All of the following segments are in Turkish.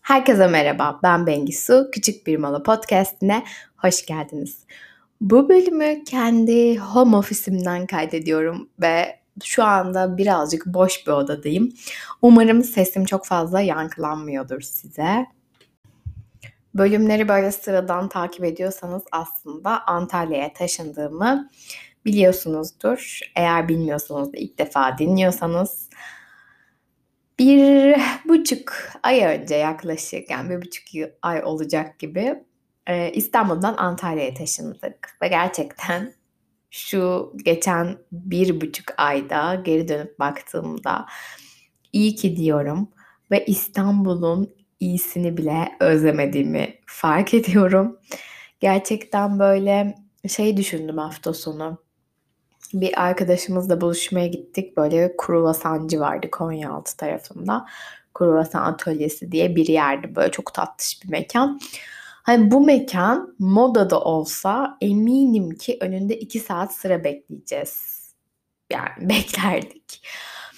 Herkese merhaba, ben Bengisu. Küçük Bir Mola Podcast'ine hoş geldiniz. Bu bölümü kendi home office'imden kaydediyorum ve şu anda birazcık boş bir odadayım. Umarım sesim çok fazla yankılanmıyordur size. Bölümleri böyle sıradan takip ediyorsanız aslında Antalya'ya taşındığımı biliyorsunuzdur. Eğer bilmiyorsanız da ilk defa dinliyorsanız 1,5 ay önce yaklaşık, yani 1,5 ay olacak gibi, İstanbul'dan Antalya'ya taşındık ve gerçekten şu geçen 1,5 ayda geri dönüp baktığımda iyi ki diyorum ve İstanbul'un iyisini bile özlemediğimi fark ediyorum. Gerçekten böyle düşündüm hafta sonu. Bir arkadaşımızla buluşmaya gittik. Böyle kruvasancı vardı Konyaaltı tarafında. Kruvasan Atölyesi diye bir yerdi. Böyle çok tatlış bir mekan. Hani bu mekan modada olsa eminim ki önünde 2 saat sıra bekleyeceğiz. Yani beklerdik.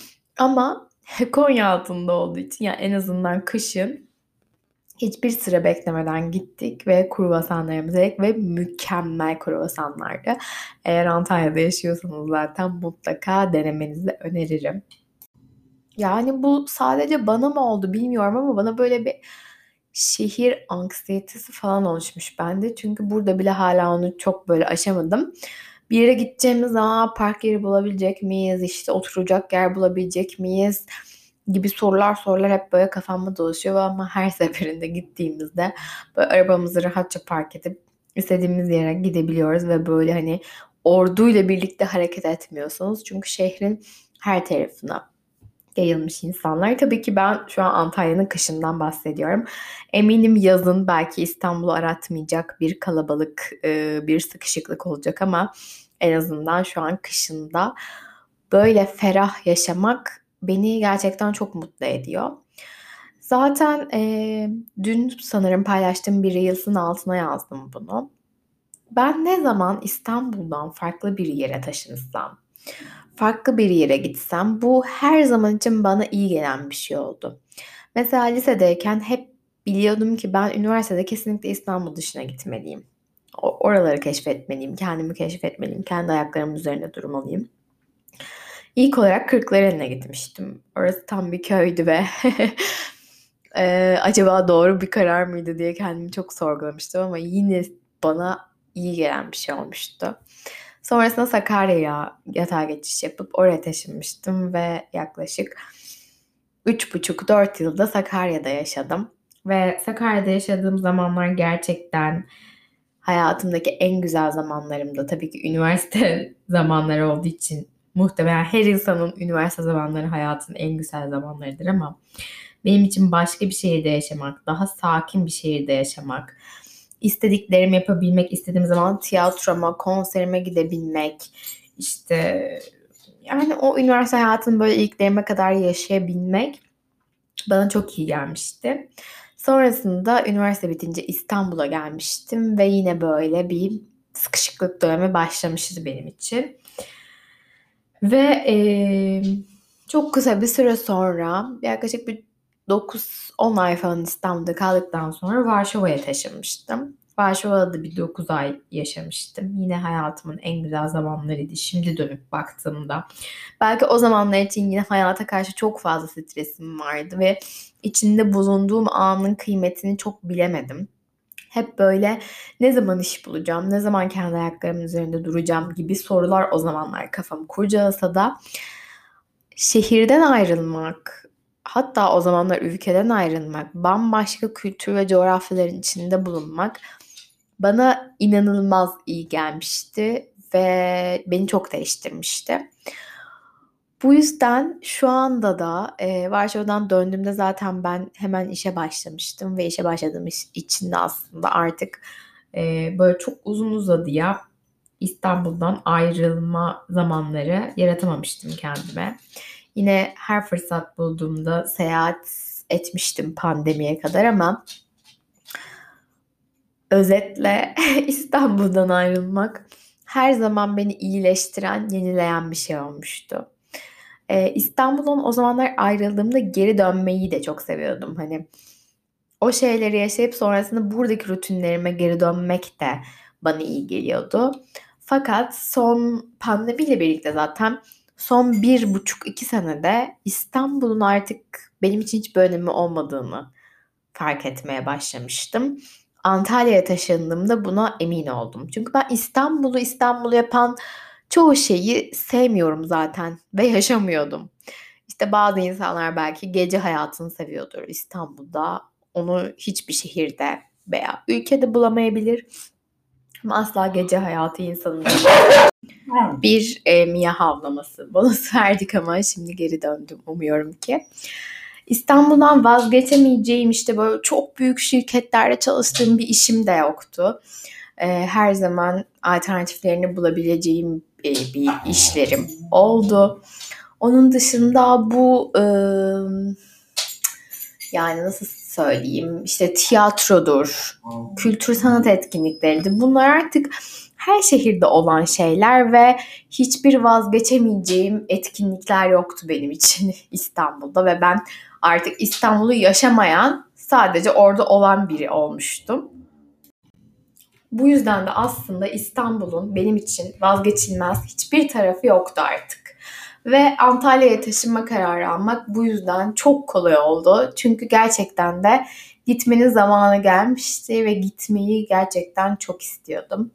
Ama Konyaaltı'nda olduğu için, yani en azından kışın hiçbir sıra beklemeden gittik ve kruvasanlarımızı yedik ve mükemmel kruvasanlardı. Eğer Antalya'da yaşıyorsanız zaten mutlaka denemenizi öneririm. Yani bu sadece bana mı oldu bilmiyorum ama bana böyle bir şehir anksiyetesi falan oluşmuş bende. Çünkü burada bile hala onu çok böyle aşamadım. Bir yere gideceğimiz zaman park yeri bulabilecek miyiz? İşte oturacak yer bulabilecek miyiz? Gibi sorular hep böyle kafamda dolaşıyor ama her seferinde gittiğimizde böyle arabamızı rahatça park edip istediğimiz yere gidebiliyoruz ve böyle hani orduyla birlikte hareket etmiyorsunuz. Çünkü şehrin her tarafına yayılmış insanlar. Tabii ki ben şu an Antalya'nın kışından bahsediyorum. Eminim yazın belki İstanbul'u aratmayacak bir kalabalık, bir sıkışıklık olacak ama en azından şu an kışında böyle ferah yaşamak beni gerçekten çok mutlu ediyor. Zaten dün sanırım paylaştığım bir Reels'in altına yazdım bunu. Ben ne zaman İstanbul'dan farklı bir yere taşınsam, farklı bir yere gitsem bu her zaman için bana iyi gelen bir şey oldu. Mesela lisedeyken hep biliyordum ki ben üniversitede kesinlikle İstanbul dışına gitmeliyim. Oraları keşfetmeliyim, kendimi keşfetmeliyim, kendi ayaklarımın üzerinde durmalıyım. İlk olarak Kırklareli'ne gitmiştim. Orası tam bir köydü ve acaba doğru bir karar mıydı diye kendimi çok sorgulamıştım ama yine bana iyi gelen bir şey olmuştu. Sonrasında Sakarya'ya yatağa geçiş yapıp oraya taşınmıştım ve yaklaşık 3,5-4 yılda Sakarya'da yaşadım. Ve Sakarya'da yaşadığım zamanlar gerçekten hayatımdaki en güzel zamanlarımda. Tabii ki üniversite zamanları olduğu için muhtemelen her insanın üniversite zamanları hayatının en güzel zamanlarıdır ama benim için başka bir şehirde yaşamak, daha sakin bir şehirde yaşamak, istediklerimi yapabilmek, istediğim zaman tiyatroma, konserime gidebilmek, işte yani o üniversite hayatının böyle iliklerime kadar yaşayabilmek bana çok iyi gelmişti. Sonrasında üniversite bitince İstanbul'a gelmiştim ve yine böyle bir sıkışıklık dönemi başlamıştı benim için. Ve çok kısa bir süre sonra yaklaşık bir 9-10 ay falan İstanbul'da kaldıktan sonra Varşova'ya taşınmıştım. Varşova'da da bir 9 ay yaşamıştım. Yine hayatımın en güzel zamanlarıydı şimdi dönüp baktığımda. Belki o zamanlar için yine hayata karşı çok fazla stresim vardı ve içinde bulunduğum anın kıymetini çok bilemedim. Hep böyle ne zaman iş bulacağım, ne zaman kendi ayaklarımın üzerinde duracağım gibi sorular o zamanlar kafamı kurcalasa da şehirden ayrılmak, hatta o zamanlar ülkeden ayrılmak, bambaşka kültür ve coğrafyaların içinde bulunmak bana inanılmaz iyi gelmişti ve beni çok değiştirmişti. Bu yüzden şu anda da Varşova'dan döndüğümde zaten ben hemen işe başlamıştım ve işe başladığım için de aslında artık böyle çok uzun uzadıya İstanbul'dan ayrılma zamanları yaratamamıştım kendime. Yine her fırsat bulduğumda seyahat etmiştim pandemiye kadar ama özetle İstanbul'dan ayrılmak her zaman beni iyileştiren, yenileyen bir şey olmuştu. İstanbul'dan o zamanlar ayrıldığımda geri dönmeyi de çok seviyordum. Hani O şeyleri yaşayıp sonrasında buradaki rutinlerime geri dönmek de bana iyi geliyordu. Fakat son pandemiyle birlikte zaten son 1,5-2 senede İstanbul'un artık benim için hiçbir önemi olmadığını fark etmeye başlamıştım. Antalya'ya taşındığımda buna emin oldum. Çünkü ben İstanbul'u yapan çoğu şeyi sevmiyorum zaten ve yaşamıyordum. İşte bazı insanlar belki gece hayatını seviyordur İstanbul'da. Onu hiçbir şehirde veya ülkede bulamayabilir. Ama asla gece hayatı insanın bir miye havlaması molası verdik ama şimdi geri döndüm umuyorum ki. İstanbul'dan vazgeçemeyeceğim işte böyle çok büyük şirketlerde çalıştığım bir işim de yoktu. Her zaman alternatiflerini bulabileceğim bir işlerim oldu. Onun dışında bu yani nasıl söyleyeyim işte tiyatrodur, kültür sanat etkinlikleridir. Bunlar artık her şehirde olan şeyler ve hiçbir vazgeçemeyeceğim etkinlikler yoktu benim için İstanbul'da ve ben artık İstanbul'u yaşamayan, sadece orada olan biri olmuştum. Bu yüzden de aslında İstanbul'un benim için vazgeçilmez hiçbir tarafı yoktu artık. Ve Antalya'ya taşınma kararı almak bu yüzden çok kolay oldu. Çünkü gerçekten de gitmenin zamanı gelmişti ve gitmeyi gerçekten çok istiyordum.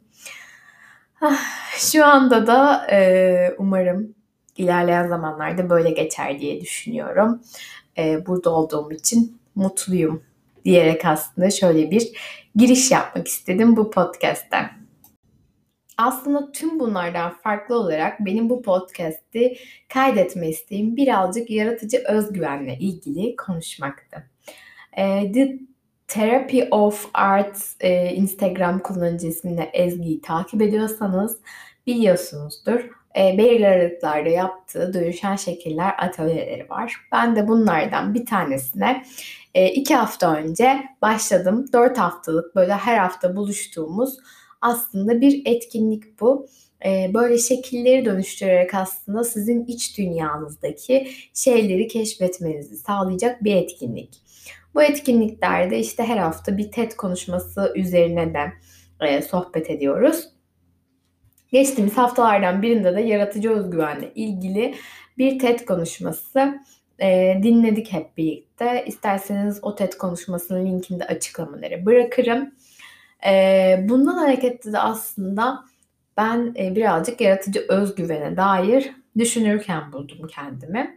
Şu anda da umarım ilerleyen zamanlarda böyle geçer diye düşünüyorum. Burada olduğum için mutluyum diyerek aslında şöyle bir giriş yapmak istedim bu podcast'te. Aslında tüm bunlardan farklı olarak benim bu podcast'i kaydetme isteğim birazcık yaratıcı özgüvenle ilgili konuşmaktı. The Therapy of Art Instagram kullanıcı isminde Ezgi'yi takip ediyorsanız biliyorsunuzdur. Belirli aralıklarda yaptığı dönüşen şekiller atölyeleri var. Ben de bunlardan bir tanesine 2 hafta önce başladım. 4 haftalık böyle her hafta buluştuğumuz aslında bir etkinlik bu. Böyle şekilleri dönüştürerek aslında sizin iç dünyanızdaki şeyleri keşfetmenizi sağlayacak bir etkinlik. Bu etkinliklerde işte her hafta bir TED konuşması üzerine de sohbet ediyoruz. Geçtiğimiz haftalardan birinde de yaratıcı özgüvenle ilgili bir TED konuşması dinledik hep birlikte. İsterseniz o TED konuşmasının linkini de açıklamalara bırakırım. Bundan hareketle de aslında ben birazcık yaratıcı özgüvene dair düşünürken buldum kendimi.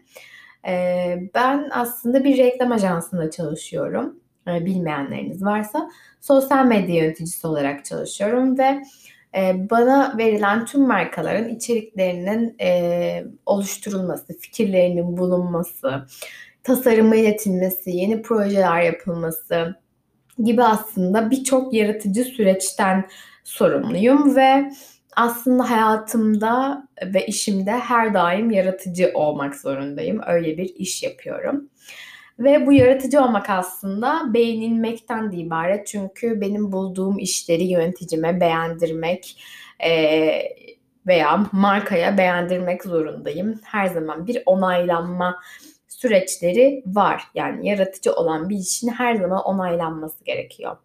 Ben aslında bir reklam ajansında çalışıyorum. Bilmeyenleriniz varsa. Sosyal medya yöneticisi olarak çalışıyorum ve bana verilen tüm markaların içeriklerinin oluşturulması, fikirlerinin bulunması, tasarımı iletilmesi, yeni projeler yapılması gibi aslında birçok yaratıcı süreçten sorumluyum ve aslında hayatımda ve işimde her daim yaratıcı olmak zorundayım. Öyle bir iş yapıyorum. Ve bu yaratıcı olmak aslında beğenilmekten de ibaret. Çünkü benim bulduğum işleri yöneticime beğendirmek veya markaya beğendirmek zorundayım. Her zaman bir onaylanma süreçleri var. Yani yaratıcı olan bir işin her zaman onaylanması gerekiyor.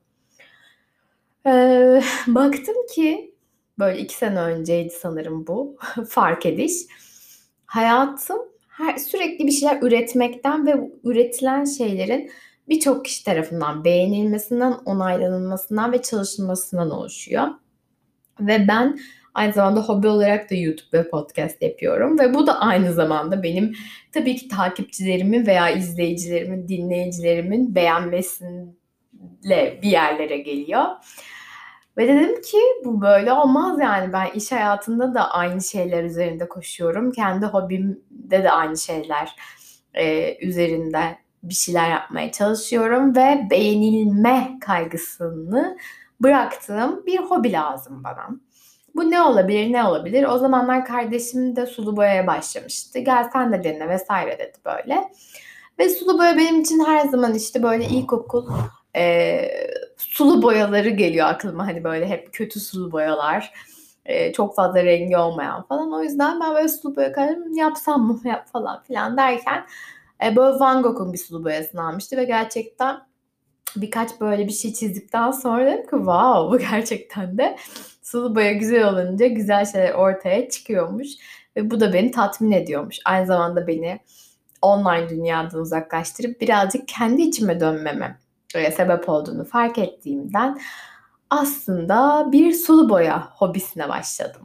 Baktım ki böyle 2 sene önceydi sanırım bu fark ediş. Hayatım sürekli bir şeyler üretmekten ve üretilen şeylerin birçok kişi tarafından beğenilmesinden, onaylanılmasından ve çalışılmasından oluşuyor. Ve ben aynı zamanda hobi olarak da YouTube ve podcast yapıyorum ve bu da aynı zamanda benim tabii ki takipçilerimin veya izleyicilerimin, dinleyicilerimin beğenmesiyle bir yerlere geliyor. Ve dedim ki bu böyle olmaz yani, ben iş hayatında da aynı şeyler üzerinde koşuyorum. Kendi hobimde de aynı şeyler üzerinde bir şeyler yapmaya çalışıyorum ve beğenilme kaygısını bıraktığım bir hobi lazım bana. Bu ne olabilir, ne olabilir? O zamanlar kardeşim de sulu boyaya başlamıştı. Gel sen de dene vesaire dedi böyle. Ve sulu boya benim için her zaman işte böyle ilkokul sulu boyaları geliyor aklıma. Hani böyle hep kötü sulu boyalar. Çok fazla rengi olmayan falan. O yüzden ben böyle sulu boya kalem yapsam mı falan filan derken böyle Van Gogh'un bir sulu boyasını almıştı ve gerçekten birkaç böyle bir şey çizdikten sonra dedim ki wow, bu gerçekten de sulu boya güzel olunca güzel şeyler ortaya çıkıyormuş ve bu da beni tatmin ediyormuş. Aynı zamanda beni online dünyadan uzaklaştırıp birazcık kendi içime dönmeme sebep olduğunu fark ettiğimden aslında bir sulu boya hobisine başladım.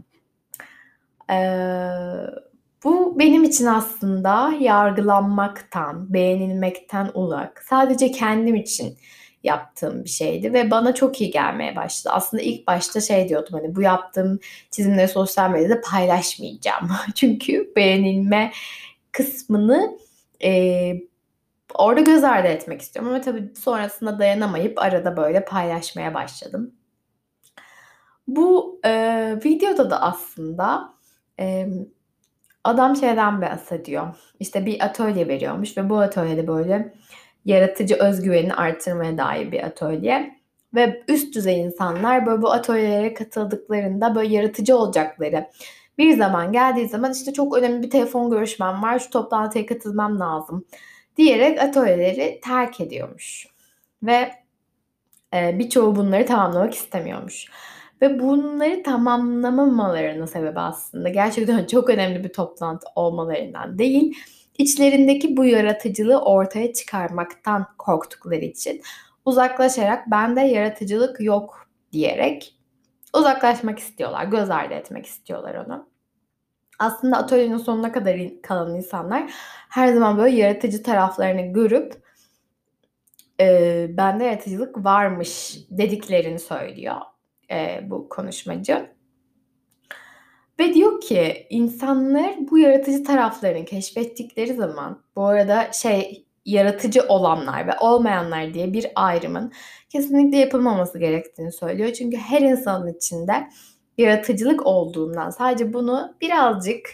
Eee, Bu benim için aslında yargılanmaktan, beğenilmekten uzak, sadece kendim için yaptığım bir şeydi ve bana çok iyi gelmeye başladı. Aslında ilk başta şey diyordum, hani bu yaptığım çizimleri sosyal medyada paylaşmayacağım. Çünkü beğenilme kısmını orada göz ardı etmek istiyorum ama tabii sonrasında dayanamayıp arada böyle paylaşmaya başladım. Bu videoda da aslında emm, adam şeyden bahsediyor. İşte bir atölye veriyormuş ve bu atölyede böyle yaratıcı özgüvenini artırmaya dair bir atölye ve üst düzey insanlar böyle bu atölyelere katıldıklarında böyle yaratıcı olacakları bir zaman geldiği zaman işte çok önemli bir telefon görüşmem var, şu toplantıya katılmam lazım diyerek atölyeleri terk ediyormuş ve birçoğu bunları tamamlamak istemiyormuş. Ve bunları tamamlamamalarının sebebi aslında gerçekten çok önemli bir toplantı olmalarından değil, içlerindeki bu yaratıcılığı ortaya çıkarmaktan korktukları için uzaklaşarak "Bende yaratıcılık yok." diyerek uzaklaşmak istiyorlar, göz ardı etmek istiyorlar onu. Aslında atölyenin sonuna kadar kalan insanlar her zaman böyle yaratıcı taraflarını görüp bende yaratıcılık varmış dediklerini söylüyor, bu konuşmacı. Ve diyor ki insanlar bu yaratıcı taraflarını keşfettikleri zaman, bu arada yaratıcı olanlar ve olmayanlar diye bir ayrımın kesinlikle yapılmaması gerektiğini söylüyor. Çünkü her insanın içinde yaratıcılık olduğundan sadece bunu birazcık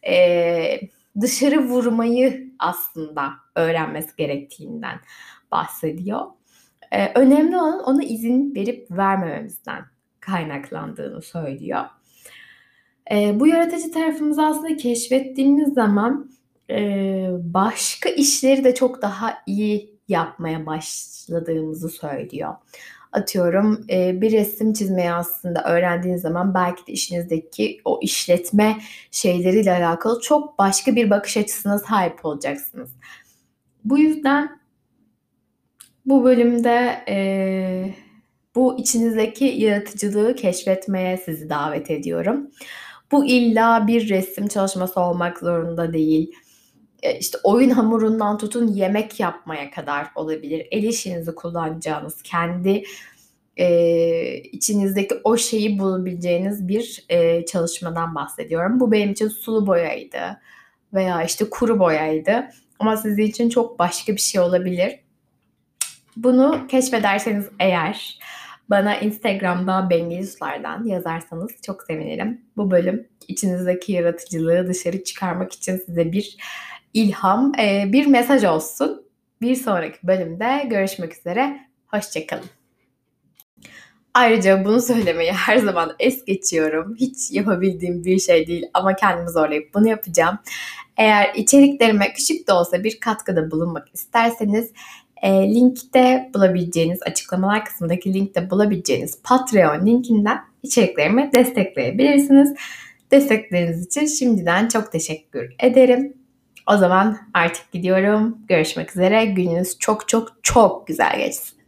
dışarı vurmayı aslında öğrenmesi gerektiğinden bahsediyor. Önemli olan ona izin verip vermememizden kaynaklandığını söylüyor. Bu yaratıcı tarafımızı aslında keşfettiğimiz zaman, başka işleri de çok daha iyi yapmaya başladığımızı söylüyor. Atıyorum, bir resim çizmeyi aslında öğrendiğiniz zaman belki de işinizdeki o işletme şeyleriyle alakalı çok başka bir bakış açısına sahip olacaksınız. Bu yüzden bu bölümde, bu içinizdeki yaratıcılığı keşfetmeye sizi davet ediyorum. Bu illa bir resim çalışması olmak zorunda değil. İşte oyun hamurundan tutun yemek yapmaya kadar olabilir. El işinizi kullanacağınız, kendi, içinizdeki o şeyi bulabileceğiniz bir, çalışmadan bahsediyorum. Bu benim için sulu boyaydı veya, işte, kuru boyaydı ama sizin için çok başka bir şey olabilir. Bunu keşfederseniz eğer bana Instagram'da Bengisus'lardan yazarsanız çok sevinirim. Bu bölüm içinizdeki yaratıcılığı dışarı çıkarmak için size bir ilham, bir mesaj olsun. Bir sonraki bölümde görüşmek üzere, hoşça kalın. Ayrıca bunu söylemeyi her zaman es geçiyorum. Hiç yapabildiğim bir şey değil ama kendimi zorlayıp bunu yapacağım. Eğer içeriklerime küçük de olsa bir katkıda bulunmak isterseniz linkte bulabileceğiniz, açıklamalar kısmındaki linkte bulabileceğiniz Patreon linkinden içeriklerimi destekleyebilirsiniz. Destekleriniz için şimdiden çok teşekkür ederim. O zaman artık gidiyorum. Görüşmek üzere. Gününüz çok çok çok güzel geçsin.